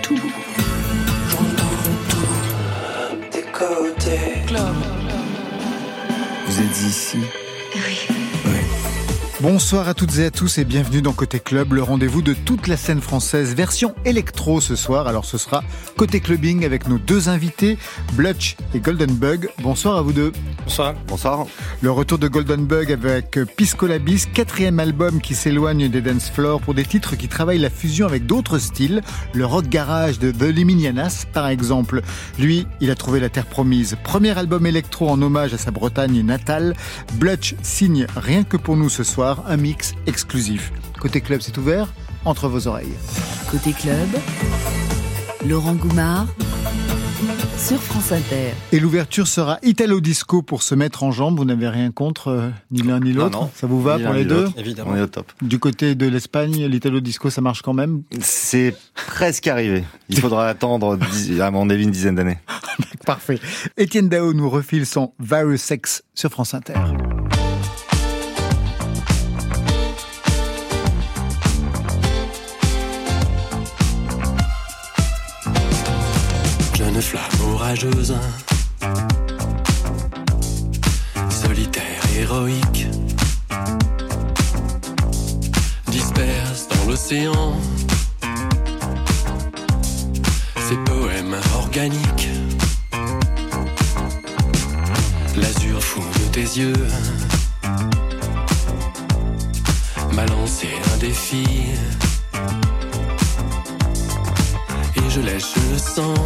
tout. J'entends tout des côtés. Club. Vous êtes ici ? Oui. Bonsoir à toutes et à tous et bienvenue dans Côté Club, le rendez-vous de toute la scène française, version électro ce soir. Alors ce sera Côté Clubbing avec nos deux invités, Blutch et Golden Bug. Bonsoir à vous deux. Bonsoir. Bonsoir. Le retour de Golden Bug avec Pisco Labis, 4e album qui s'éloigne des dance floors pour des titres qui travaillent la fusion avec d'autres styles. Le rock garage de The Liminianas par exemple. Lui, il a trouvé la terre promise. Premier album électro en hommage à sa Bretagne natale. Blutch signe rien que pour nous ce soir un mix exclusif. Côté Club, c'est ouvert entre vos oreilles. Côté Club, Laurent Goumard sur France Inter. Et l'ouverture sera Italo Disco pour se mettre en jambe. Vous n'avez rien contre ni l'un ni l'autre. Non. Ça vous va pour les deux ? Évidemment. On est au top. Du côté de l'Espagne, l'Italo Disco, ça marche quand même ? C'est presque arrivé. Il faudra attendre, à mon avis, une dizaine d'années. Parfait. Étienne Dao nous refile son Virus X sur France Inter. Jeune flamme orageuse, solitaire, héroïque, disperse dans l'océan ses poèmes organiques. L'azur fou de tes yeux m'a lancé un défi et je lèche le sang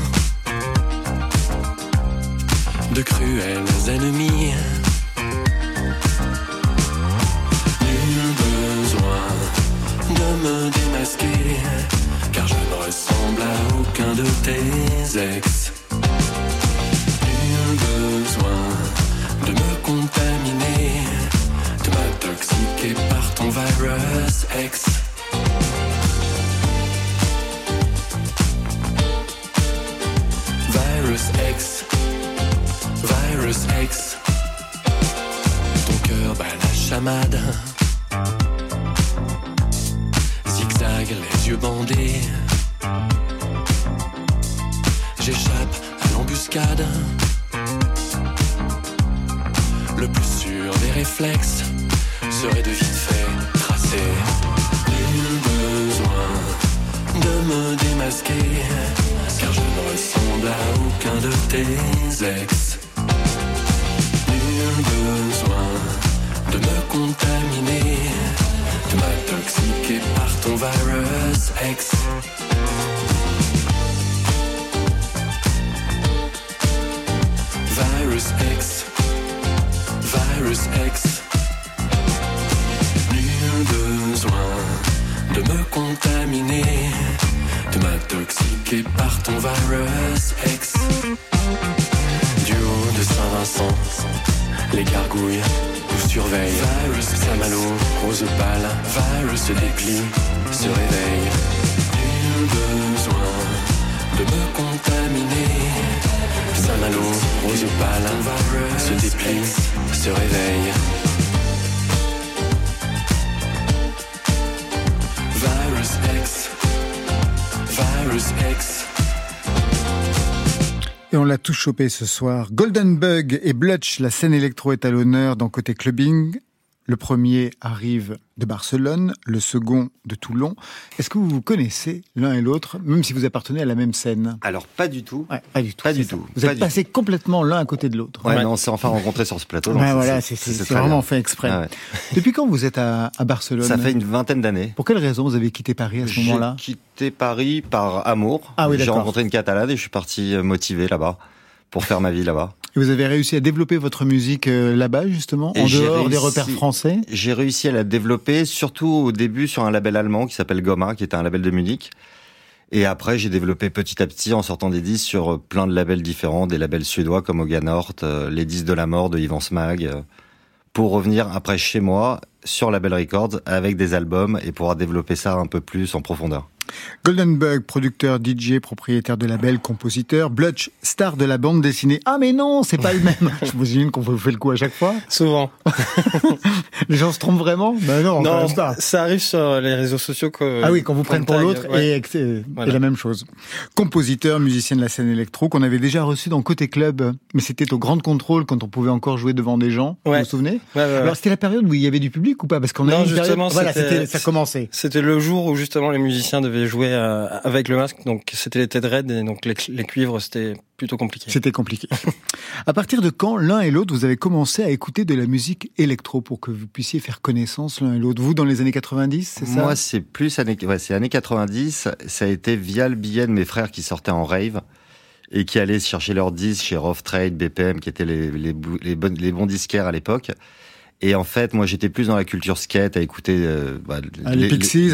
de cruels ennemis. Nul besoin de me démasquer, car je ne ressemble à aucun de tes ex. Nul besoin de me contaminer, de m'intoxiquer par ton virus X. Virus X, Virus X, ton cœur bat la chamade, zigzag les yeux bandés, j'échappe à l'embuscade, le plus sûr des réflexes serait de vite fait tracer. Nul besoin de me démasquer, car je ne ressemble à aucun de tes ex. Nul besoin de me contaminer, de m'intoxiquer par ton virus X. Virus X, Virus X. Nul besoin de me contaminer, de m'intoxiquer par ton virus X. Du haut de Saint-Vincent, les gargouilles nous surveillent. Virus Saint-Malo, rose pâle, virus se déplie, se réveille. Nul besoin de me contaminer. Saint-Malo, rose pâle, se déplie, se réveille. Virus X, Virus X. Et on l'a tous chopé ce soir. Golden Bug et Blutch, la scène électro est à l'honneur dans Côté Clubbing. Le premier arrive de Barcelone, le second de Toulon. Est-ce que vous vous connaissez l'un et l'autre, même si vous appartenez à la même scène ? Alors, pas du tout. Ouais, pas du tout. Pas du ça. tout. Vous Pas êtes du passés complètement l'un à côté de l'autre. Ouais, non, on s'est enfin rencontrés sur ce plateau. Ouais, voilà, c'est très vraiment bien. fait exprès. Ah ouais. Depuis quand vous êtes à Barcelone ? Ça fait une vingtaine d'années. Pour quelle raison vous avez quitté Paris à ce moment-là ? J'ai quitté Paris par amour. Ah oui, J'ai d'accord. rencontré une Catalane et je suis parti motivé là-bas pour faire ma vie là-bas. Et vous avez réussi à développer votre musique là-bas, justement, Et en j'ai dehors des réussi- repères français ? J'ai réussi à la développer, surtout au début sur un label allemand qui s'appelle Goma, qui était un label de Munich. Et après, j'ai développé petit à petit en sortant des disques sur plein de labels différents, des labels suédois comme Oganort, les disques de la mort de Yvan Smag, pour revenir après chez moi sur Label Records avec des albums et pouvoir développer ça un peu plus en profondeur. Golden Bug, producteur, DJ, propriétaire de label, compositeur. Blutch, star de la bande dessinée. Ah mais non, c'est pas le même. Je vous imagine qu'on vous fait le coup à chaque fois. Souvent. Les gens se trompent vraiment? Ben non, non, ça arrive sur les réseaux sociaux. Ah oui, qu'on vous prenne pour l'autre et voilà. Et la même chose. Compositeur, musicien de la scène électro, qu'on avait déjà reçu dans Côté Club, mais c'était au Grand Contrôle quand on pouvait encore jouer devant des gens. Ouais. Vous vous souvenez? Ouais. Alors c'était la période où il y avait du public ou pas? Parce qu'on a une justement, période... Voilà, ça commençait. C'était le jour où justement les musiciens devaient jouer avec le masque, donc c'était les têtes raides et donc les cuivres, c'était plutôt compliqué. C'était compliqué. À partir de quand l'un et l'autre vous avez commencé à écouter de la musique électro pour que vous puissiez faire connaissance l'un et l'autre? Vous dans les années 90, c'est ça? Moi c'est plus c'est années 90. Ça a été via le billet de mes frères qui sortaient en rave et qui allaient chercher leurs disques chez Rough Trade, BPM, qui étaient les bons disquaires à l'époque. Et en fait, moi, j'étais plus dans la culture skate, à écouter les Pixies,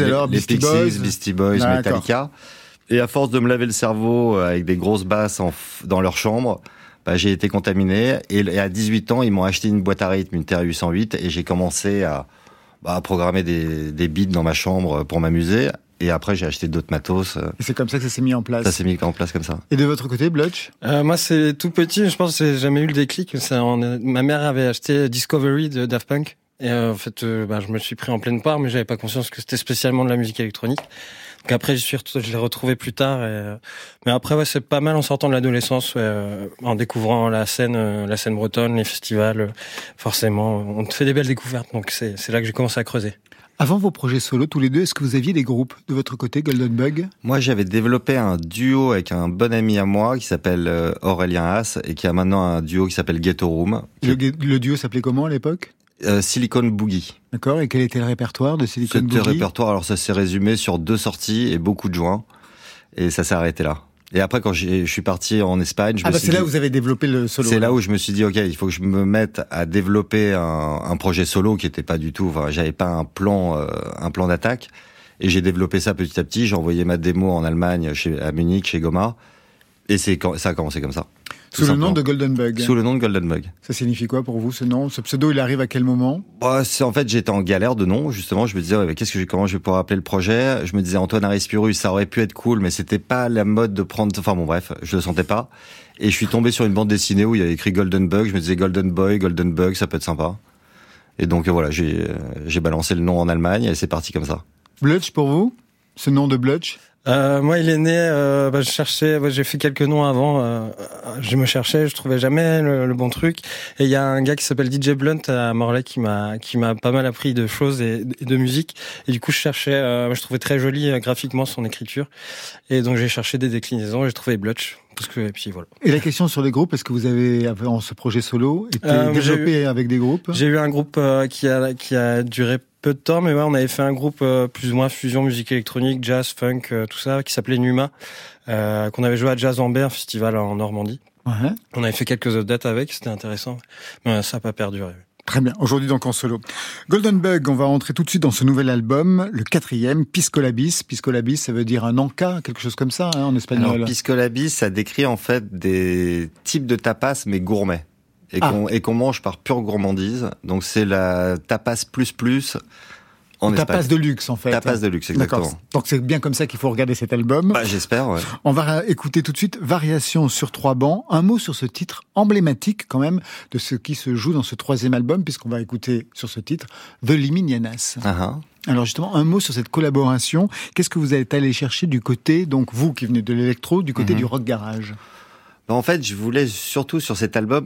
Beastie Boys, Metallica. Et à force de me laver le cerveau avec des grosses basses dans leur chambre, j'ai été contaminé. Et à 18 ans, ils m'ont acheté une boîte à rythme, une TR-808, et j'ai commencé à programmer des beats dans ma chambre pour m'amuser. Et après, j'ai acheté d'autres matos. Et c'est comme ça que ça s'est mis en place. Ça s'est mis en place comme ça. Et de votre côté, Blutch? Moi, c'est tout petit. Je pense que j'ai jamais eu le déclic. Ma mère avait acheté Discovery de Daft Punk. Et en fait, je me suis pris en pleine part, mais j'avais pas conscience que c'était spécialement de la musique électronique. Donc après, je l'ai retrouvé plus tard. Mais après, c'est pas mal en sortant de l'adolescence, en découvrant la scène bretonne, les festivals. Forcément, on fait des belles découvertes. Donc c'est là que j'ai commencé à creuser. Avant vos projets solo, tous les deux, est-ce que vous aviez des groupes de votre côté, Golden Bug? Moi, j'avais développé un duo avec un bon ami à moi qui s'appelle Aurélien Haas et qui a maintenant un duo qui s'appelle Ghetto Room. Le duo s'appelait comment à l'époque? Silicon Boogie. D'accord, et quel était le répertoire de Silicon Boogie? C'était le répertoire, alors ça s'est résumé sur 2 sorties et beaucoup de joints. Et ça s'est arrêté là. Et après, quand je suis parti en Espagne, c'est là où vous avez développé le solo. C'est là où je me suis dit, ok, il faut que je me mette à développer un projet solo qui était pas du tout, j'avais pas un plan d'attaque. Et j'ai développé ça petit à petit. J'ai envoyé ma démo en Allemagne, à Munich, chez Goma. Et ça a commencé comme ça. Sous le nom de Golden Bug. Sous le nom de Golden Bug. Ça signifie quoi pour vous, ce nom? Ce pseudo, il arrive à quel moment? En fait, j'étais en galère de nom, justement. Je me disais, comment je vais pouvoir appeler le projet? Je me disais, Antoine Arispirus, ça aurait pu être cool, mais c'était pas la mode de prendre, je le sentais pas. Et je suis tombé sur une bande dessinée où il y avait écrit Golden Bug. Je me disais, Golden Boy, Golden Bug, ça peut être sympa. Et donc, voilà, j'ai balancé le nom en Allemagne et c'est parti comme ça. Blutch pour vous? Ce nom de Blutch? Moi, il est né, je cherchais, j'ai fait quelques noms avant, je me cherchais, je trouvais jamais le bon truc. Et il y a un gars qui s'appelle DJ Blunt à Morlaix qui m'a pas mal appris de choses et de musique. Et du coup, je cherchais, je trouvais très joli graphiquement son écriture. Et donc, j'ai cherché des déclinaisons et j'ai trouvé Blutch. Et puis voilà. Et la question sur les groupes, est-ce que vous avez, en ce projet solo, été développé avec des groupes? J'ai eu un groupe qui a duré peu de temps, mais on avait fait un groupe plus ou moins fusion musique électronique, jazz, funk, tout ça, qui s'appelait Numa, qu'on avait joué à Jazz en Baie, un festival en Normandie. Ouais. On avait fait quelques autres dates avec, c'était intéressant, mais ça n'a pas perduré. Très bien. Aujourd'hui, donc, en solo. Golden Bug, on va entrer tout de suite dans ce nouvel album, le 4e, Piscolabis. Piscolabis, ça veut dire un encas, quelque chose comme ça, en espagnol. Alors, Piscolabis, ça décrit, en fait, des types de tapas, mais gourmets. Et qu'on mange par pure gourmandise. Donc, c'est la tapas plus en tapas Espagne. De luxe, en fait. Tapas de luxe, exactement. D'accord. Donc, c'est bien comme ça qu'il faut regarder cet album. J'espère, ouais. On va écouter tout de suite Variations sur 3 bancs. Un mot sur ce titre emblématique, quand même, de ce qui se joue dans ce 3e album, puisqu'on va écouter sur ce titre The Liminianas. Uh-huh. Alors justement, un mot sur cette collaboration. Qu'est-ce que vous êtes allé chercher du côté, donc vous qui venez de l'électro, du côté du rock garage? En fait, je voulais surtout sur cet album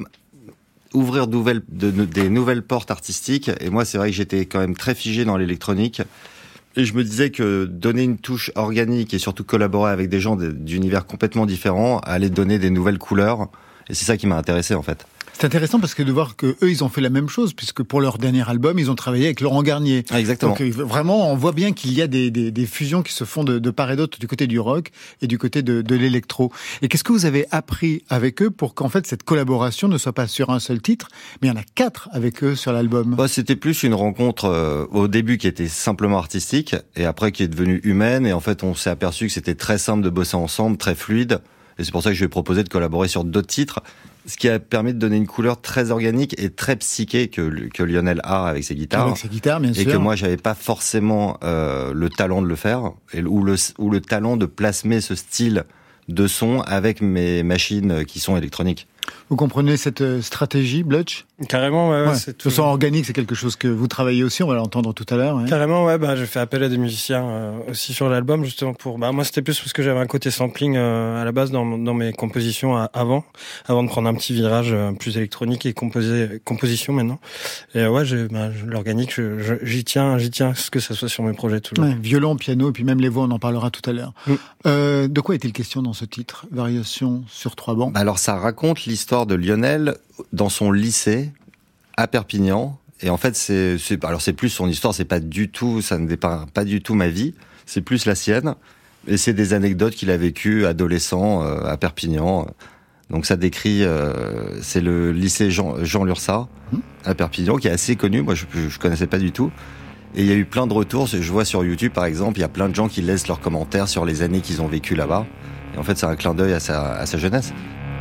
ouvrir des nouvelles portes artistiques. Et moi, c'est vrai que j'étais quand même très figé dans l'électronique. Et je me disais que donner une touche organique et surtout collaborer avec des gens d'univers complètement différents allait donner des nouvelles couleurs. Et c'est ça qui m'a intéressé, en fait. C'est intéressant parce que de voir que eux ils ont fait la même chose, puisque pour leur dernier album ils ont travaillé avec Laurent Garnier. Ah, exactement. Donc vraiment on voit bien qu'il y a des fusions qui se font de part et d'autre du côté du rock et du côté de l'électro. Et qu'est-ce que vous avez appris avec eux pour qu'en fait cette collaboration ne soit pas sur un seul titre, mais il y en a 4 avec eux sur l'album? C'était plus une rencontre au début qui était simplement artistique et après qui est devenue humaine. Et en fait on s'est aperçu que c'était très simple de bosser ensemble, très fluide. Et c'est pour ça que je lui ai proposé de collaborer sur d'autres titres, ce qui a permis de donner une couleur très organique et très psyché que Lionel a avec ses guitares. Avec ses guitares, bien sûr. Et que moi, j'avais pas forcément le talent de le faire, ou le talent de plasmer ce style de son avec mes machines qui sont électroniques. Vous comprenez cette stratégie, Blutch ? Carrément, ouais. C'est tout. Le son organique, c'est quelque chose que vous travaillez aussi, on va l'entendre tout à l'heure. Ouais. Carrément, ouais, j'ai fait appel à des musiciens aussi sur l'album, justement pour. Moi, c'était plus parce que j'avais un côté sampling à la base dans mes compositions avant de prendre un petit virage plus électronique et composition maintenant. Et ouais, l'organique, j'y tiens à ce que ça soit sur mes projets toujours. Ouais, violon, piano, et puis même les voix, on en parlera tout à l'heure. De quoi est-il question dans ce titre ? Variation sur 3 bancs. Alors, ça raconte l'histoire de Lionel dans son lycée à Perpignan. Et en fait, c'est plus son histoire, ça ne dépeint pas du tout ma vie, c'est plus la sienne. Et c'est des anecdotes qu'il a vécues adolescent à Perpignan. Donc ça décrit, c'est le lycée Jean Lursa à Perpignan, qui est assez connu, moi je connaissais pas du tout. Et il y a eu plein de retours, je vois sur YouTube par exemple, il y a plein de gens qui laissent leurs commentaires sur les années qu'ils ont vécues là-bas. Et en fait, c'est un clin d'œil à sa jeunesse.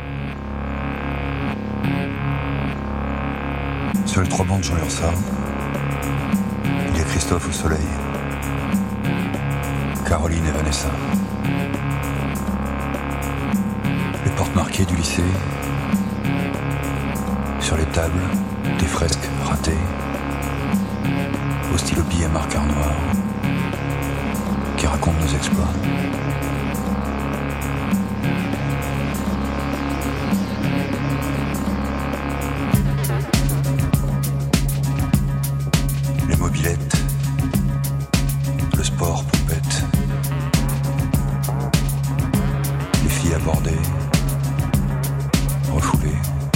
Sur les 3 bancs de Jean Lursa, il y a Christophe au soleil, Caroline et Vanessa. Les portes marquées du lycée, sur les tables, des fresques ratées, au stylo billet marqueur noir, qui racontent nos exploits. Le sport pompette, les filles abordées, refoulées,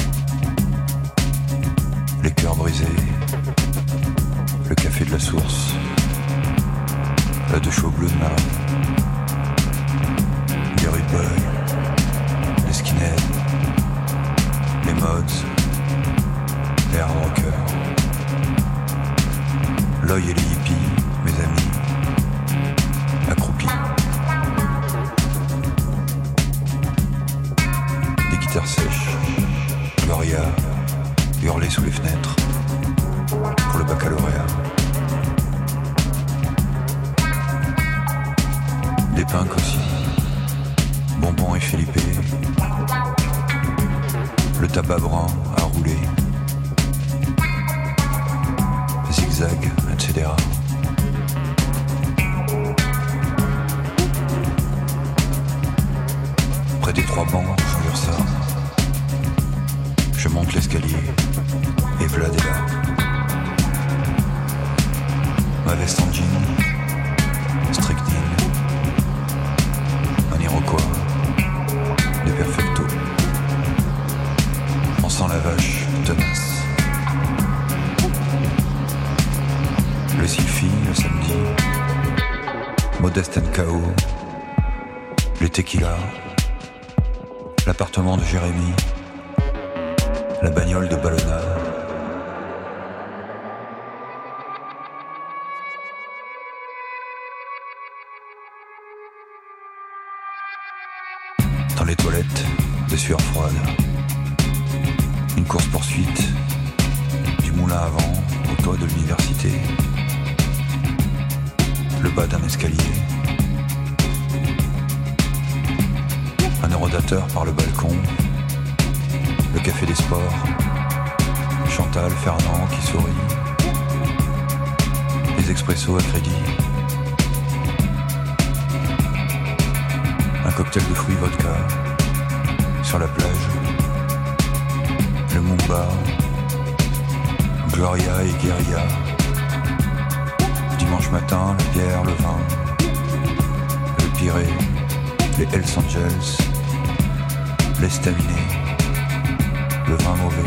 les cœurs brisés, le café de la source, la douche au bleu de marin, les rude boys, les skinheads, les mods, les hard rockers. L'œil et les hippies, mes amis, accroupis. Des guitares sèches, Gloria, hurler sous les fenêtres, pour le baccalauréat. Des punks aussi, Bonbon et Felipe, le tabac brun à rouler, zigzag, etc. Près des 3 bancs, Jean Lursa, je monte l'escalier, et Vlad est là. Ma veste en jean, strychnine, un Iroquois, des perfectos. On sent la vache tenace. Le Sylphie, le samedi, Modeste NKO, les tequilas, l'appartement de Jérémy, la bagnole de Ballona. Dans les toilettes, des sueurs froides, une course-poursuite, du moulin à vent au toit de l'université. Le bas d'un escalier, un eurodateur par le balcon, le café des sports, Chantal, Fernand qui sourit, les expressos à crédit, un cocktail de fruits vodka sur la plage, le Mumba, Gloria et Guerilla. Dimanche matin, la bière, le vin, le Pirée, les Hells Angels, l'estaminet, le vin mauvais.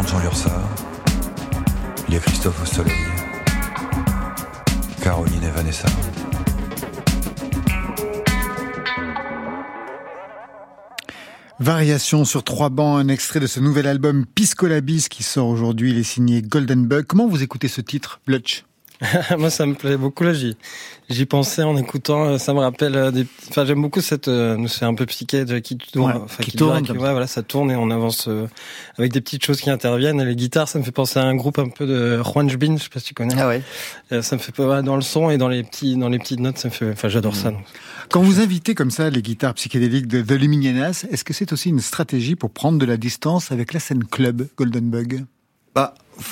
Jean Lursard, il y a Christophe au soleil, Caroline et Vanessa. Variation sur 3 bancs, un extrait de ce nouvel album Pisco Labis qui sort aujourd'hui, il est signé Golden Bug. Comment vous écoutez ce titre, Blutch? Moi, ça me plaît beaucoup. Là, j'y pensais en écoutant. Ça me rappelle enfin, j'aime beaucoup cette. C'est un peu psyché qui tourne. Ouais, enfin, qui tourne. Ouais, voilà, ça tourne et on avance avec des petites choses qui interviennent. Et les guitares, ça me fait penser à un groupe un peu de Juan Jbin. Je sais pas si tu connais. Ah ouais. Ça me fait pas dans le son et dans les petites notes. Ça me fait. Enfin, j'adore ça. Donc. Quand vous invitez comme ça les guitares psychédéliques de The Luminianas, est-ce que c'est aussi une stratégie pour prendre de la distance avec la scène club Golden Bug? Bah,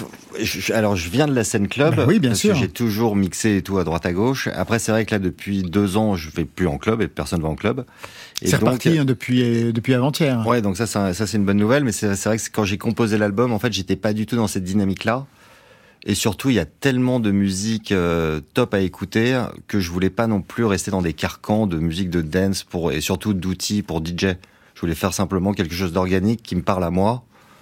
alors je viens de la scène club, oui, bien parce sûr. que j'ai toujours mixé et tout à droite à gauche. Après c'est vrai que là depuis 2 ans je vais plus en club et personne va en club. Et c'est donc, reparti depuis avant-hier. Ouais, donc ça c'est une bonne nouvelle, mais c'est vrai que quand j'ai composé l'album, en fait j'étais pas du tout dans cette dynamique-là. Et surtout il y a tellement de musique top à écouter que je voulais pas non plus rester dans des carcans de musique de dance et surtout d'outils pour DJ. Je voulais faire simplement quelque chose d'organique qui me parle à moi.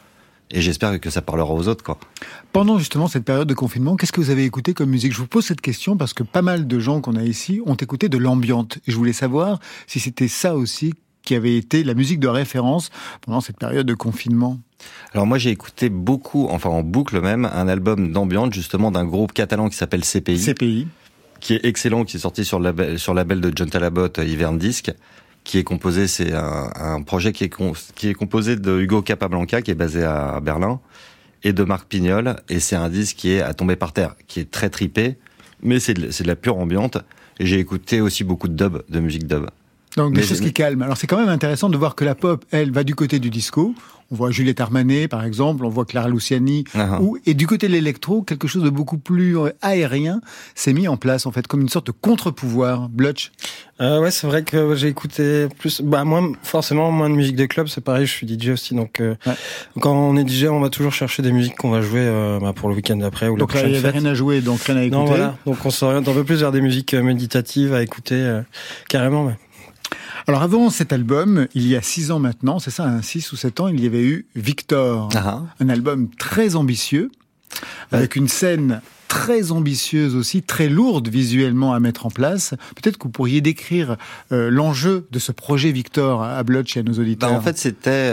Et j'espère que ça parlera aux autres, quoi. Pendant justement cette période de confinement, qu'est-ce que vous avez écouté comme musique? Je vous pose cette question parce que pas mal de gens qu'on a ici ont écouté de l'ambiante. Et je voulais savoir si c'était ça aussi qui avait été la musique de référence pendant cette période de confinement. Alors moi j'ai écouté beaucoup, enfin en boucle même, un album d'ambiance justement d'un groupe catalan qui s'appelle CPI. CPI. Qui est excellent, qui est sorti sur le label de John Talabot, Hivern Disc. Qui est composé, c'est un projet qui est composé de Hugo Capablanca, qui est basé à Berlin, et de Marc Pignol, et c'est un disque qui est à tomber par terre, qui est très tripé, mais c'est de la pure ambiante, et j'ai écouté aussi beaucoup de dub, de musique dub. Donc des choses qui calment. Alors c'est quand même intéressant de voir que la pop, elle, va du côté du disco. On voit Juliette Armanet, par exemple, on voit Clara Luciani. Et du côté de l'électro, quelque chose de beaucoup plus aérien s'est mis en place, en fait, comme une sorte de contre-pouvoir. Blutch. Ouais, c'est vrai que j'ai écouté plus, forcément moins de musique de club, c'est pareil, je suis DJ aussi, donc quand on est DJ, on va toujours chercher des musiques qu'on va jouer pour le week-end d'après ou la prochaine fête. Donc là, il n'y avait rien à jouer, donc rien à écouter. Non, voilà, donc on s'oriente un peu plus vers des musiques méditatives à écouter carrément. Ouais. Alors avant cet album, il y a 6 ans maintenant, c'est ça, 6 ou 7 ans, il y avait eu Victor, un album très ambitieux, avec une scène très ambitieuse aussi, très lourde visuellement à mettre en place. Peut-être que vous pourriez décrire l'enjeu de ce projet Victor à Blutch et à nos auditeurs. En fait, c'était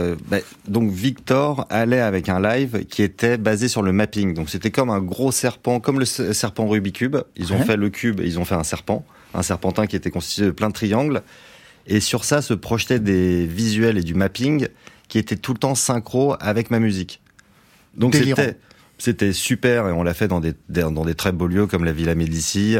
donc Victor allait avec un live qui était basé sur le mapping. Donc c'était comme un gros serpent, comme le serpent Rubik's Cube. Ils ont fait le cube, et ils ont fait un serpentin qui était constitué de plein de triangles. Et sur ça se projetaient des visuels et du mapping qui étaient tout le temps synchro avec ma musique. Donc c'était super, et on l'a fait dans des très beaux lieux comme la Villa Médicis,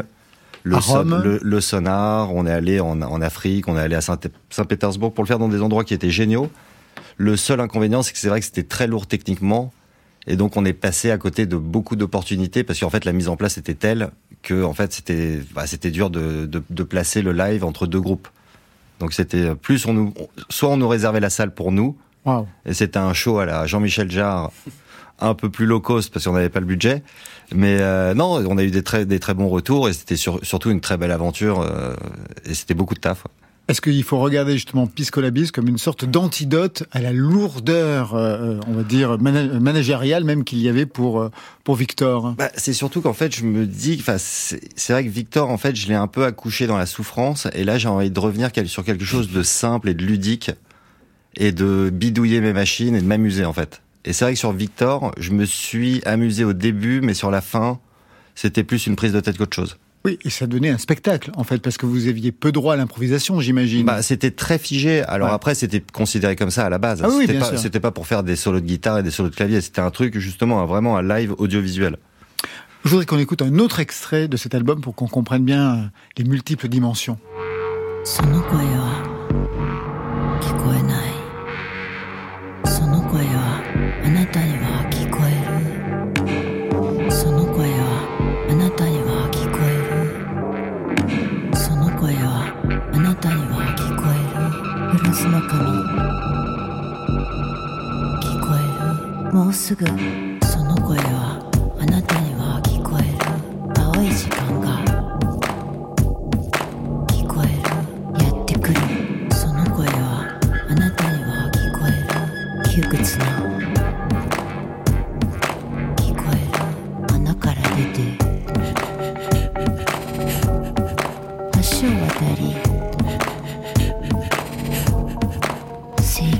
le Sonar. On est allé en Afrique, on est allé à Saint-Pétersbourg pour le faire dans des endroits qui étaient géniaux. Le seul inconvénient, c'est que c'est vrai que c'était très lourd techniquement, et donc on est passé à côté de beaucoup d'opportunités parce qu'en fait la mise en place était telle que en fait c'était dur de placer le live entre 2 groupes. Donc c'était plus soit on nous réservait la salle pour nous, et c'était un show à la Jean-Michel Jarre, un peu plus low cost parce qu'on n'avait pas le budget, mais non, on a eu des très bons retours, et c'était surtout une très belle aventure, et c'était beaucoup de taf. Est-ce qu'il faut regarder justement Pisco Labis comme une sorte d'antidote à la lourdeur, on va dire, managériale même qu'il y avait pour Victor? C'est surtout qu'en fait, je me dis, c'est vrai que Victor, en fait, je l'ai un peu accouché dans la souffrance, et là, j'ai envie de revenir sur quelque chose de simple et de ludique, et de bidouiller mes machines et de m'amuser, en fait. Et c'est vrai que sur Victor, je me suis amusé au début, mais sur la fin, c'était plus une prise de tête qu'autre chose. Oui, et ça donnait un spectacle, en fait, parce que vous aviez peu droit à l'improvisation, j'imagine. C'était très figé. Alors après, c'était considéré comme ça à la base. C'était pas pour faire des solos de guitare et des solos de clavier. C'était un truc, justement, vraiment un live audiovisuel. Je voudrais qu'on écoute un autre extrait de cet album pour qu'on comprenne bien les multiples dimensions.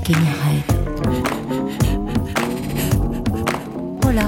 Kenny Reid. Hola.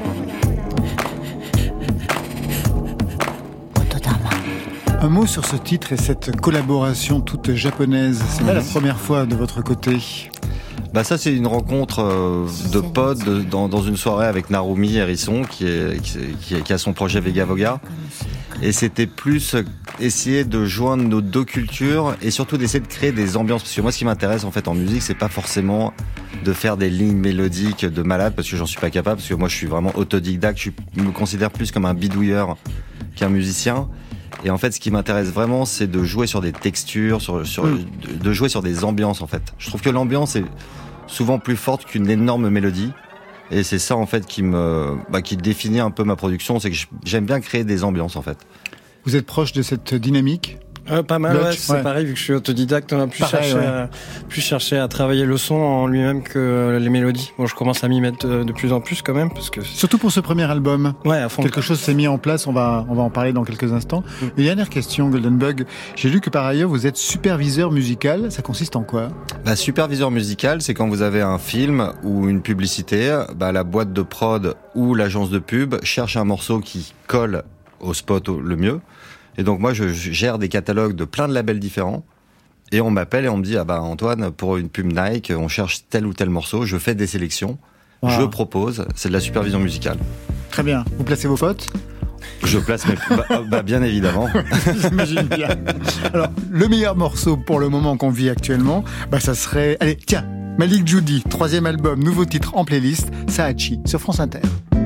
Otodama. Un mot sur ce titre et cette collaboration toute japonaise. C'est pas la première fois de votre côté. Bah ça c'est une rencontre de potes dans une soirée avec Narumi Hérisson qui a son projet Vega Voga. Et c'était plus essayer de joindre nos deux cultures et surtout d'essayer de créer des ambiances. Parce que moi ce qui m'intéresse en fait en musique, c'est pas forcément de faire des lignes mélodiques de malade parce que j'en suis pas capable, parce que moi je suis vraiment autodidacte, je me considère plus comme un bidouilleur qu'un musicien. Et en fait, ce qui m'intéresse vraiment, c'est de jouer sur des textures, de jouer sur des ambiances, en fait. Je trouve que l'ambiance est souvent plus forte qu'une énorme mélodie. Et c'est ça, en fait, qui définit un peu ma production. C'est que j'aime bien créer des ambiances, en fait. Vous êtes proche de cette dynamique ? Pas mal, Blotch, ouais, c'est pareil, vu que je suis autodidacte, on a plus cherché à travailler le son en lui-même que les mélodies. Bon, je commence à m'y mettre de plus en plus quand même, parce que... Surtout pour ce premier album. Ouais, à fond. Quelque chose s'est mis en place, on va en parler dans quelques instants. Une dernière question, Golden Bug. J'ai lu que par ailleurs, vous êtes superviseur musical. Ça consiste en quoi ? Superviseur musical, c'est quand vous avez un film ou une publicité, la boîte de prod ou l'agence de pub cherche un morceau qui colle au spot le mieux. Et donc moi je gère des catalogues de plein de labels différents et on m'appelle et on me dit Antoine, pour une pub Nike on cherche tel ou tel morceau, je fais des sélections, je propose, c'est de la supervision musicale. Très bien, vous placez vos potes ? Je place mes bien évidemment. J'imagine bien. Alors le meilleur morceau pour le moment qu'on vit actuellement, ça serait, allez tiens, Malik Judy, 3e album, nouveau titre en playlist, Sahachi sur France Inter.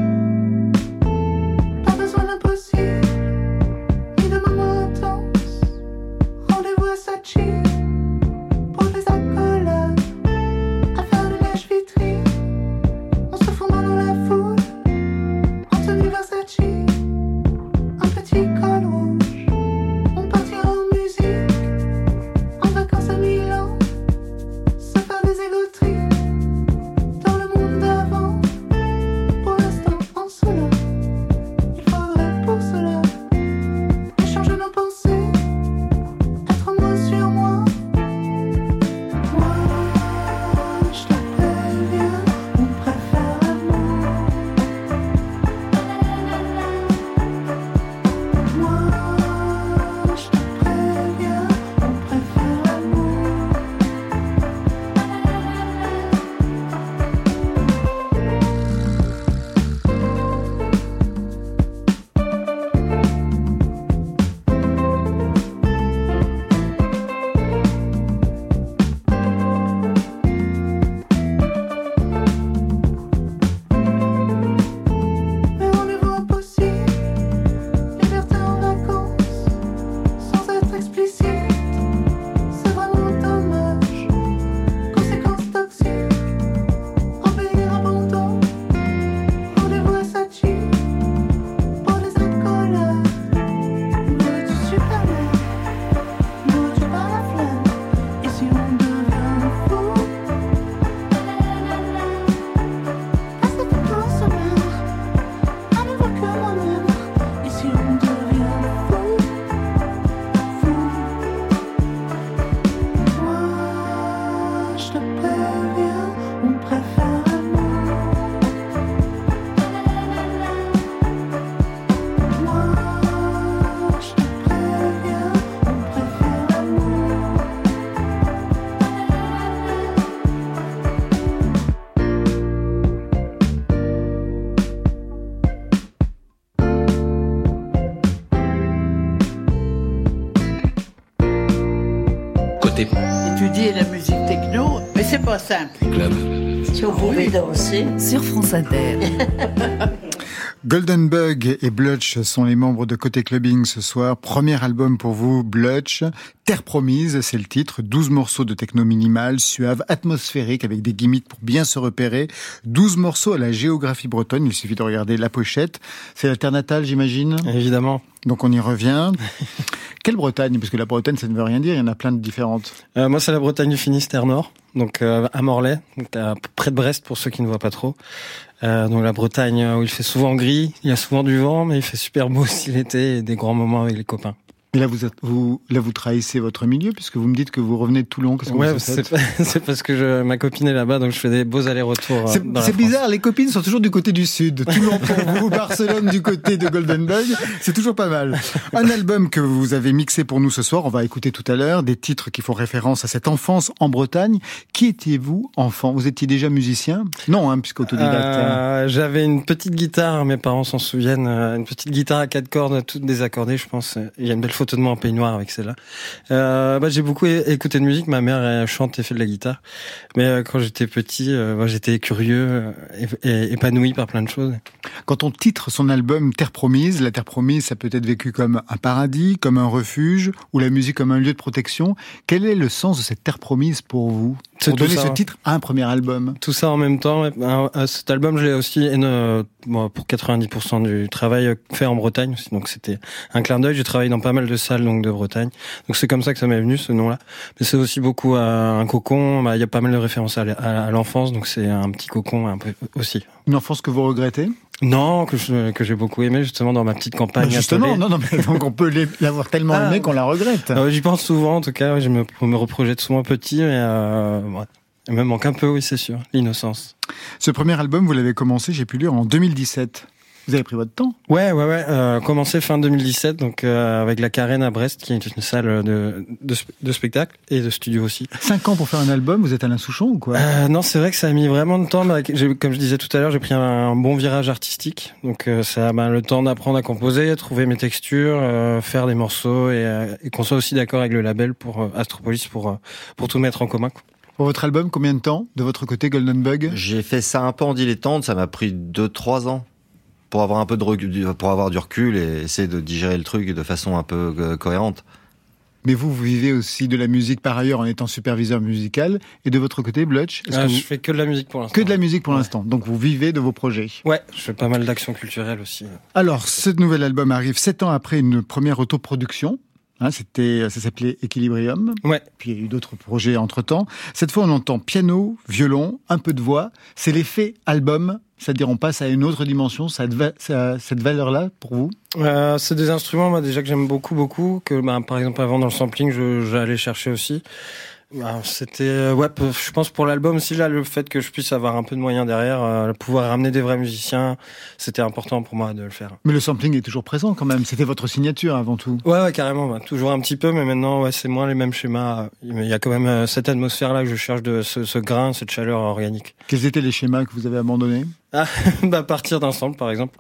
Étudier la musique techno, mais c'est pas simple. Club. Si on pouvait danser. Sur France Inter. Golden Bug et Blutch sont les membres de Côté Clubbing ce soir. Premier album pour vous, Blutch. Terre promise, c'est le titre. 12 morceaux de techno minimal, suave, atmosphérique, avec des gimmicks pour bien se repérer. 12 morceaux à la géographie bretonne. Il suffit de regarder la pochette. C'est la terre natale, j'imagine ? Évidemment. Donc on y revient. Quelle Bretagne ? Parce que la Bretagne, ça ne veut rien dire, il y en a plein de différentes. Moi, c'est la Bretagne du Finistère Nord, donc à Morlaix, donc près de Brest pour ceux qui ne voient pas trop. Donc la Bretagne où il fait souvent gris, il y a souvent du vent, mais il fait super beau aussi l'été et des grands moments avec les copains. Et là, vous trahissez votre milieu, puisque vous me dites que vous revenez de Toulon. Qu'est-ce que vous faites ? C'est parce que ma copine est là-bas, donc je fais des beaux allers-retours. C'est bizarre, les copines sont toujours du côté du sud. Toulon pour vous, Barcelone du côté de Golden Bug. C'est toujours pas mal. Un album que vous avez mixé pour nous ce soir, on va écouter tout à l'heure, des titres qui font référence à cette enfance en Bretagne. Qui étiez-vous, enfant ? Vous étiez déjà musicien ? Non, puisque autodidacte. J'avais une petite guitare, mes parents s'en souviennent, une petite guitare à 4 cordes, toute désaccordée, je pense. Il y a une belle photo de moi en peignoir avec celle-là. J'ai beaucoup écouté de musique. Ma mère elle chante et fait de la guitare. Mais quand j'étais petit, j'étais curieux et épanoui par plein de choses. Quand on titre son album Terre Promise, la Terre Promise, ça peut être vécu comme un paradis, comme un refuge, ou la musique comme un lieu de protection. Quel est le sens de cette Terre Promise pour vous ? Pour donner ce titre à un premier album. Tout ça en même temps. Cet album, je l'ai aussi pour 90% du travail fait en Bretagne aussi. Donc c'était un clin d'œil. J'ai travaillé dans pas mal de salles donc de Bretagne. Donc c'est comme ça que ça m'est venu ce nom-là. Mais c'est aussi beaucoup un cocon. Il y a pas mal de références à l'enfance. Donc c'est un petit cocon un peu aussi. Une enfance que vous regrettez ? Non, que j'ai beaucoup aimé justement dans ma petite campagne. Justement, non, mais donc on peut l'avoir tellement aimé qu'on la regrette. J'y pense souvent, en tout cas. Je me reprojette souvent petit, mais il me manque un peu, oui, c'est sûr, l'innocence. Ce premier album, vous l'avez commencé, j'ai pu lire, en 2017. Vous avez pris votre temps ? Ouais. Commencé fin 2017, donc avec la Carène à Brest, qui est une salle de spectacle et de studio aussi. 5 ans pour faire un album, vous êtes Alain Souchon ou quoi ? Non, c'est vrai que ça a mis vraiment de temps. Comme je disais tout à l'heure, j'ai pris un bon virage artistique, donc ça a le temps d'apprendre à composer, trouver mes textures, faire des morceaux et qu'on soit aussi d'accord avec le label pour Astropolis pour tout mettre en commun, quoi. Pour votre album, combien de temps de votre côté, Golden Bug ? J'ai fait ça un peu en dilettante, ça m'a pris 2-3 ans. Pour avoir un peu de recul, pour avoir du recul et essayer de digérer le truc de façon un peu cohérente. Mais vous vivez aussi de la musique par ailleurs en étant superviseur musical. Et de votre côté, Blutch, je fais que de la musique pour l'instant. Que de la musique pour l'instant. Donc vous vivez de vos projets. Ouais, je fais pas mal d'actions culturelles aussi. Alors, ce nouvel album arrive 7 ans après une première autoproduction. Ça s'appelait Equilibrium. Ouais. Puis il y a eu d'autres projets entre-temps. Cette fois, on entend piano, violon, un peu de voix. C'est l'effet album. C'est-à-dire, on passe à une autre dimension. Ça a cette valeur-là pour vous ? C'est des instruments, moi, déjà que j'aime beaucoup, que, par exemple, avant, dans le sampling, j'allais chercher aussi. C'était, je pense pour l'album aussi, là, le fait que je puisse avoir un peu de moyens derrière, pouvoir ramener des vrais musiciens, c'était important pour moi de le faire. Mais le sampling est toujours présent quand même. C'était votre signature avant tout. Ouais, carrément. Toujours un petit peu, mais maintenant, c'est moins les mêmes schémas. Il y a quand même cette atmosphère-là que je cherche de ce grain, cette chaleur organique. Quels étaient les schémas que vous avez abandonnés ? Partir d'un sample, par exemple.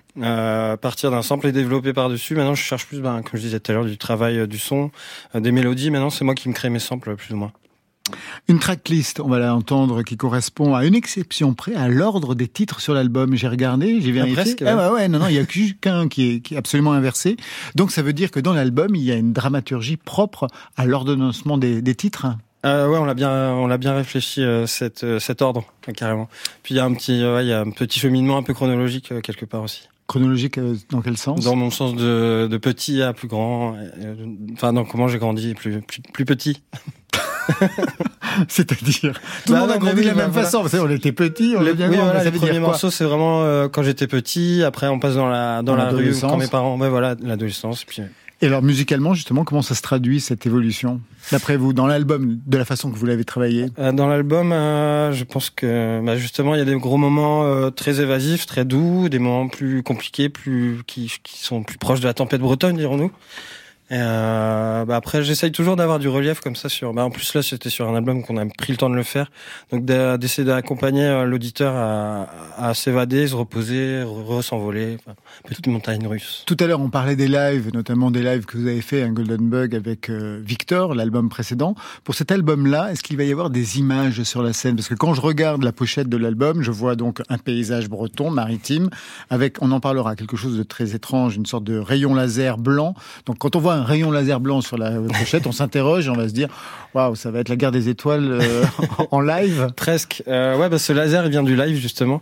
Partir d'un sample et développer par-dessus. Maintenant, je cherche plus, comme je disais tout à l'heure, du travail, du son, des mélodies. Maintenant, c'est moi qui me crée mes samples, plus ou moins. Une tracklist, on va l'entendre, qui correspond à une exception près à l'ordre des titres sur l'album. J'ai regardé, j'ai vérifié. Presque, non, il y a qu'un qui est absolument inversé. Donc ça veut dire que dans l'album, il y a une dramaturgie propre à l'ordonnancement des titres. On l'a bien réfléchi, cet ordre, carrément. Puis il y a un petit cheminement un peu chronologique quelque part aussi. Chronologique dans quel sens ? Dans mon sens de petit à plus grand. Dans comment j'ai grandi plus petit. C'est-à-dire tout le monde a grandi de la même façon. On était petits, on est bien grand. Les premiers morceaux, c'est vraiment quand j'étais petit. Après, on passe dans la rue quand mes parents. L'adolescence. Puis. Et alors musicalement, justement, comment ça se traduit cette évolution, d'après vous, dans l'album, de la façon que vous l'avez travaillé ? Dans l'album, je pense que justement, il y a des gros moments très évasifs, très doux, des moments plus compliqués, qui sont plus proches de la tempête bretonne, dirons-nous. Et après, j'essaye toujours d'avoir du relief comme ça sur. En plus là, c'était sur un album qu'on a pris le temps de le faire, donc d'essayer d'accompagner l'auditeur à s'évader, se reposer, s'envoler. Petite montagne russe. Tout à l'heure, on parlait des lives, notamment des lives que vous avez fait, Golden Bug avec Victor, l'album précédent. Pour cet album-là, est-ce qu'il va y avoir des images sur la scène ? Parce que quand je regarde la pochette de l'album, je vois donc un paysage breton, maritime, avec, on en parlera, quelque chose de très étrange, une sorte de rayon laser blanc. Donc quand on voit un rayon laser blanc sur la pochette, on s'interroge et on va se dire waouh, ça va être la guerre des étoiles en live. Presque. Ce laser il vient du live justement.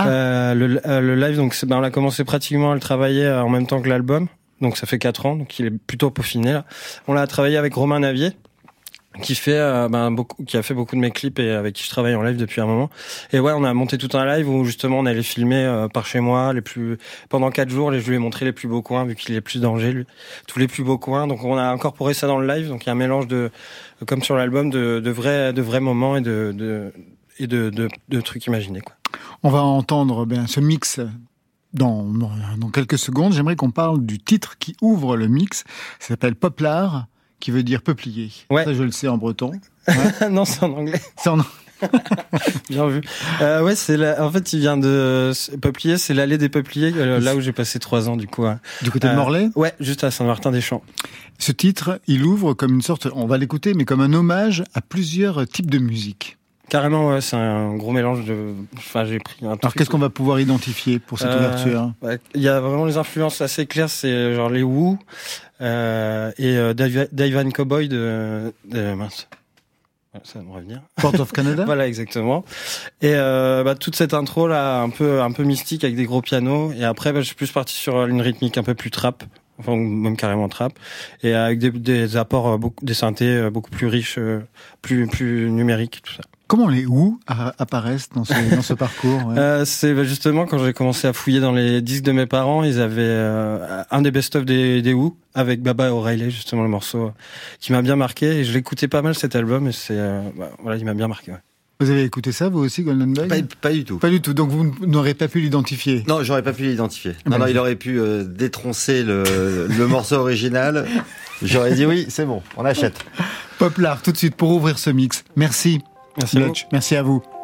Le live, donc on a commencé pratiquement à le travailler en même temps que l'album. Donc ça fait 4 ans, donc il est plutôt peaufiné là. On l'a travaillé avec Romain Navier. qui qui a fait beaucoup de mes clips et avec qui je travaille en live depuis un moment. Et ouais, on a monté tout un live où justement on allait filmer par chez moi pendant 4 jours. Je lui ai montré les plus beaux coins vu qu'il est plus d'Angers, lui, tous les plus beaux coins. Donc on a incorporé ça dans le live. Donc il y a un mélange comme sur l'album, de vrais moments et de trucs imaginés, quoi. On va entendre ce mix dans quelques secondes. J'aimerais qu'on parle du titre qui ouvre le mix. Ça s'appelle Poplar, qui veut dire peuplier. Ouais. Ça, je le sais en breton. Ouais. Non, c'est en anglais. C'est en... Bien vu. Ouais, en fait, il vient de Peuplier, c'est l'allée des Peupliers, là où j'ai passé 3 ans, du coup. Du côté de Morlaix? Ouais, juste à Saint-Martin-des-Champs. Ce titre, il ouvre comme une sorte, on va l'écouter, mais comme un hommage à plusieurs types de musique. Carrément, ouais, c'est un gros mélange de. Enfin, j'ai pris un truc. Alors, qu'est-ce qu'on va pouvoir identifier pour cette ouverture? Il y a vraiment les influences assez claires, c'est genre les Who et Dave and Cowboy de mince. Ça va me revenir. Port of Canada. Voilà, exactement. Et toute cette intro là, un peu mystique avec des gros pianos. Et après, je suis plus parti sur une rythmique un peu plus trap. Enfin, même carrément trap, et avec des apports, des synthés beaucoup plus riches, plus numériques, tout ça. Comment les Who apparaissent dans ce parcours? Ouais. C'est justement quand j'ai commencé à fouiller dans les disques de mes parents, ils avaient un des best-of des Who avec Baba O'Reilly, justement le morceau qui m'a bien marqué, et je l'écoutais pas mal cet album, et il m'a bien marqué. Ouais. Vous avez écouté ça, vous aussi, Golden Boy? Pas du tout. Pas du tout. Donc vous n'aurez pas pu l'identifier? Non, j'aurais pas pu l'identifier. Non, il aurait pu détroncer le morceau original. J'aurais dit oui, c'est bon, on achète. Poplar, tout de suite, pour ouvrir ce mix. Merci. Merci à vous. Merci à vous.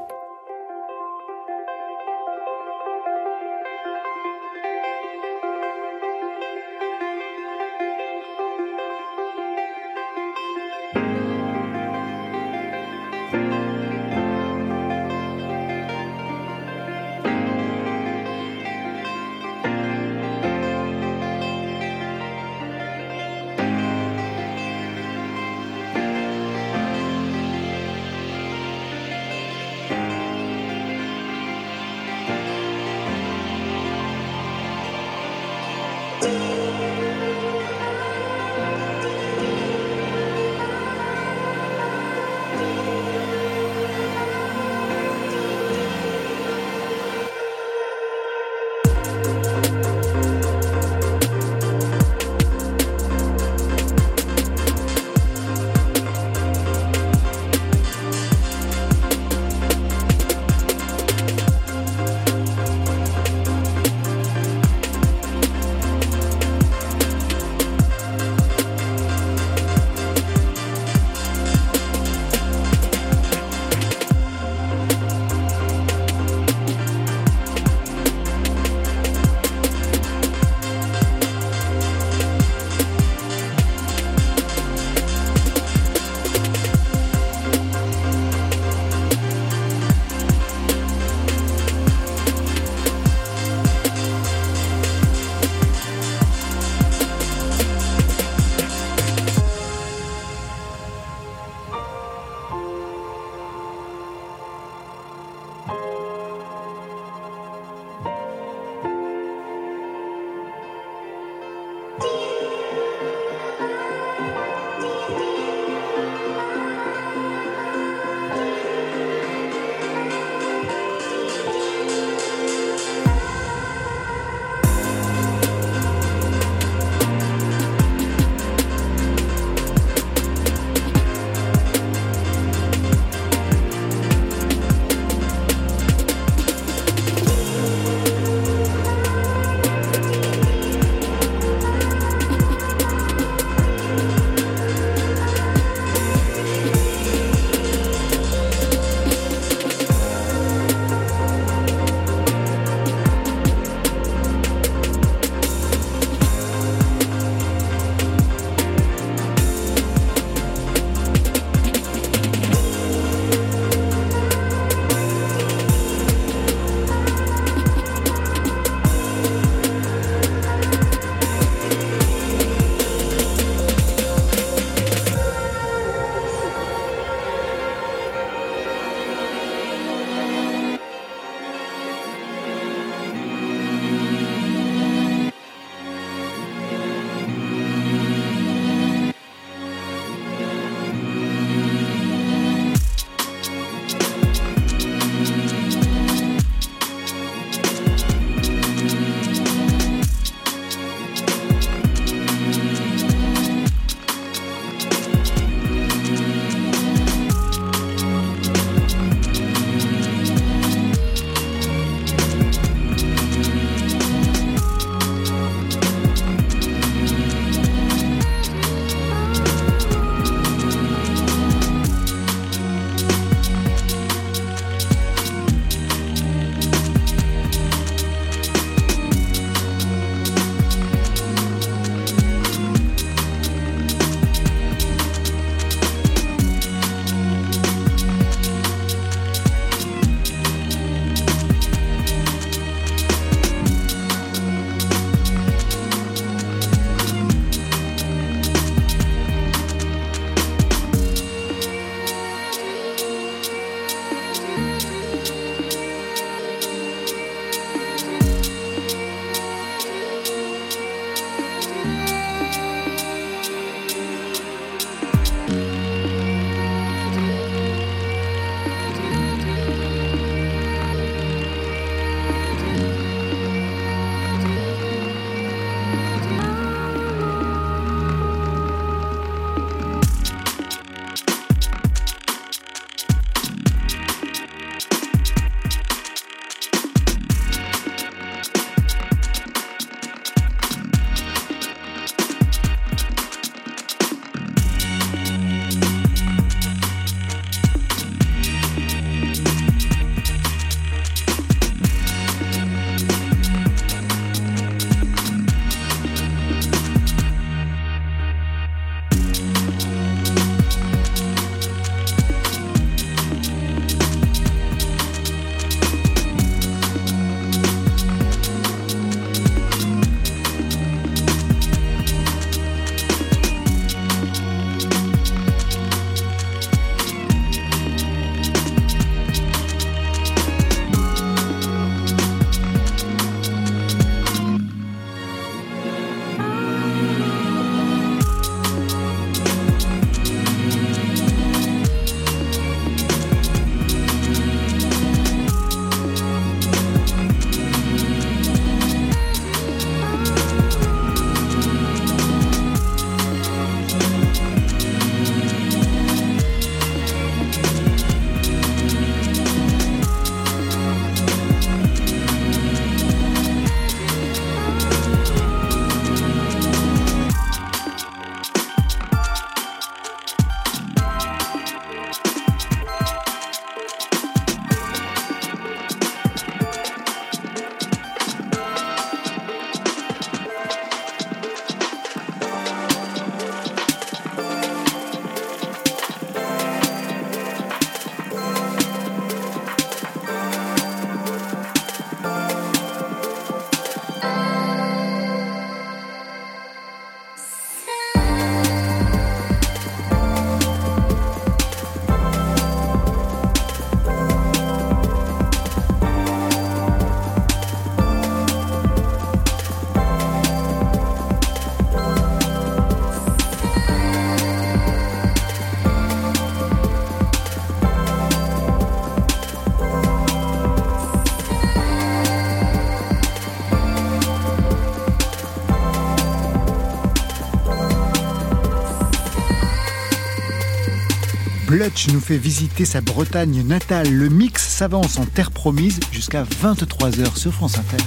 Blutch nous fait visiter sa Bretagne natale. Le mix s'avance en terre promise jusqu'à 23h sur France Inter.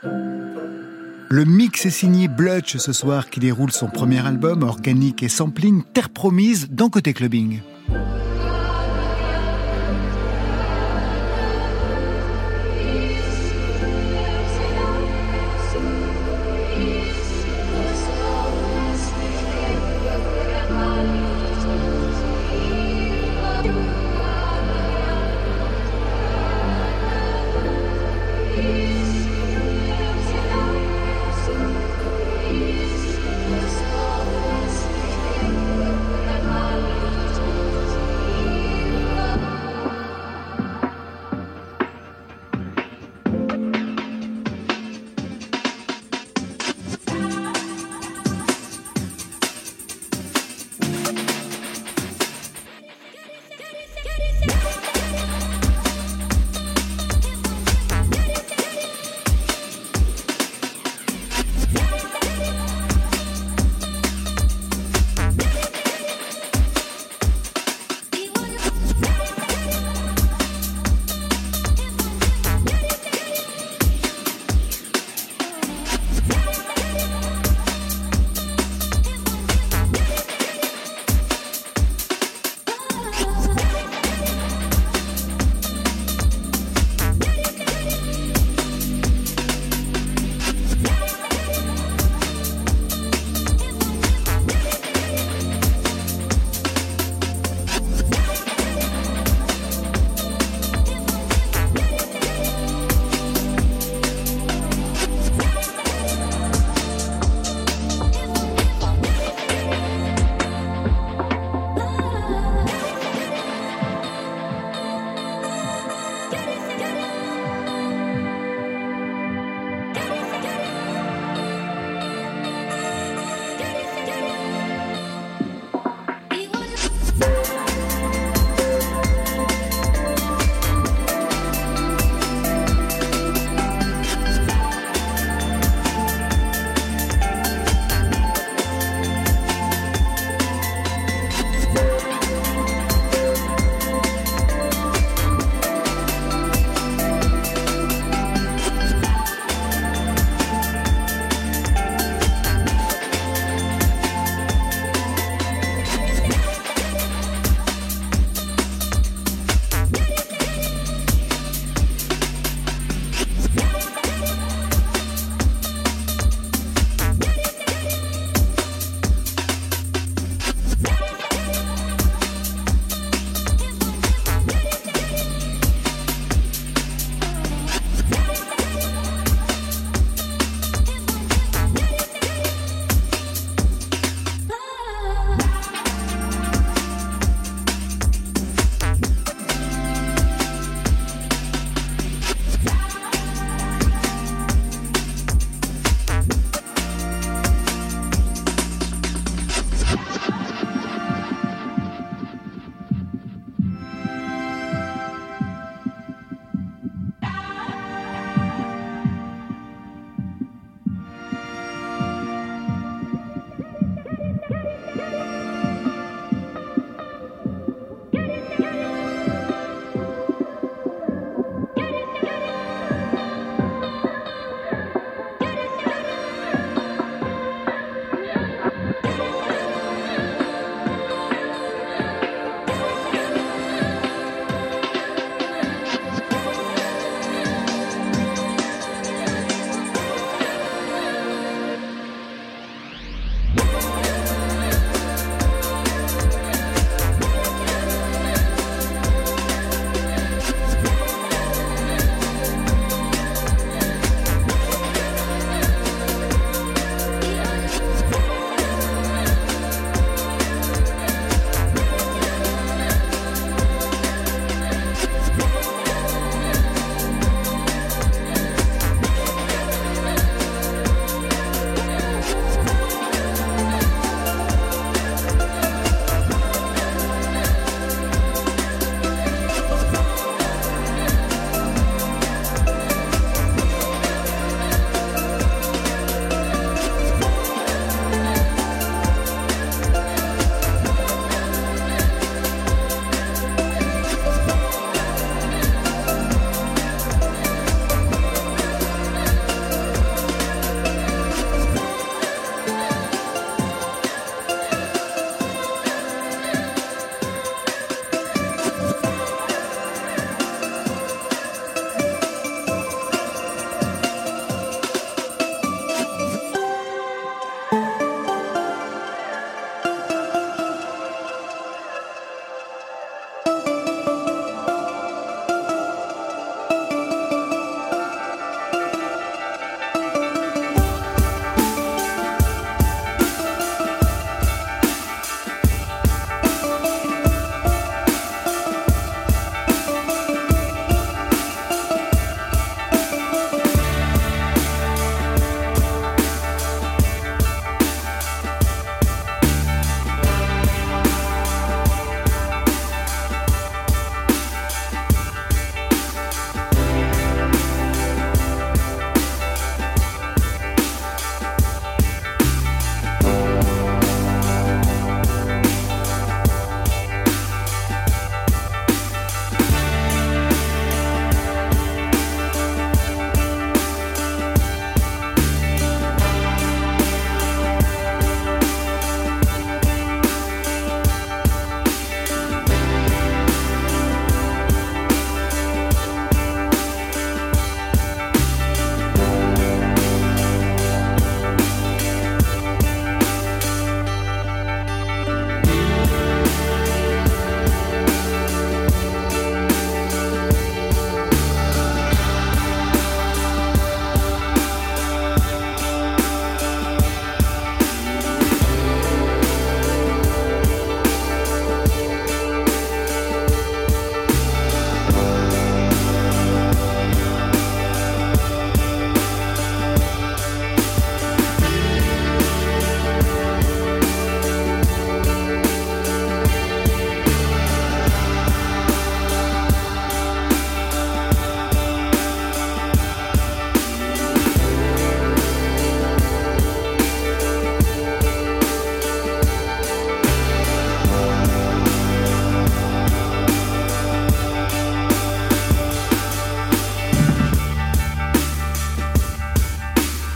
Le mix est signé Blutch ce soir qui déroule son premier album, organique et sampling, Terre Promise, dans Côté Clubbing.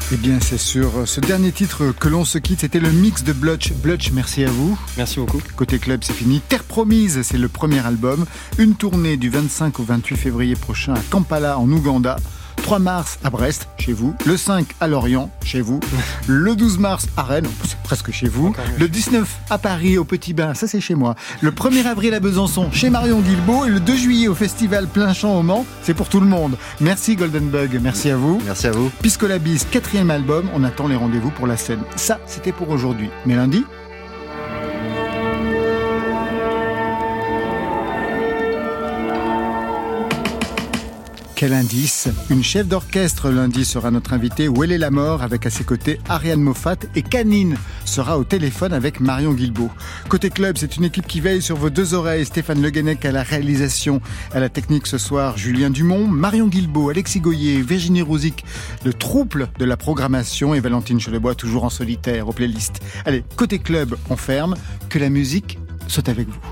Eh bien, c'est sur ce dernier titre que l'on se quitte. C'était le mix de Blotch. Blotch, merci à vous. Merci beaucoup. Côté club, c'est fini. Terre Promise, c'est le premier album. Une tournée du 25 au 28 février prochain à Kampala, en Ouganda. 3 mars à Brest, chez vous. Le 5 à Lorient, chez vous. Le 12 mars à Rennes, c'est presque chez vous. Le 19 à Paris, au Petit Bain, ça c'est chez moi. Le 1er avril à Besançon, chez Marion Guilbault. Et le 2 juillet au festival Plein Champ au Mans, c'est pour tout le monde. Merci Golden Bug, merci à vous. Merci à vous. Pisco la Bise, 4e album, on attend les rendez-vous pour la scène. Ça, c'était pour aujourd'hui. Mais lundi, quel indice! Une chef d'orchestre lundi sera notre invitée. Où est la mort avec à ses côtés Ariane Moffat, et Canine sera au téléphone avec Marion Guilbault. Côté club, c'est une équipe qui veille sur vos 2 oreilles. Stéphane Le Guenec à la réalisation, à la technique ce soir, Julien Dumont, Marion Guilbault, Alexis Goyer, Virginie Rouzic, le trouble de la programmation, et Valentine Chelebois toujours en solitaire aux playlists. Allez, côté club, on ferme. Que la musique soit avec vous.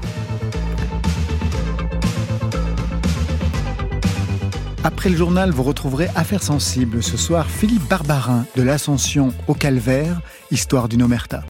Après le journal, vous retrouverez Affaires sensibles. Ce soir, Philippe Barbarin de l'Ascension au Calvaire, histoire d'une omerta.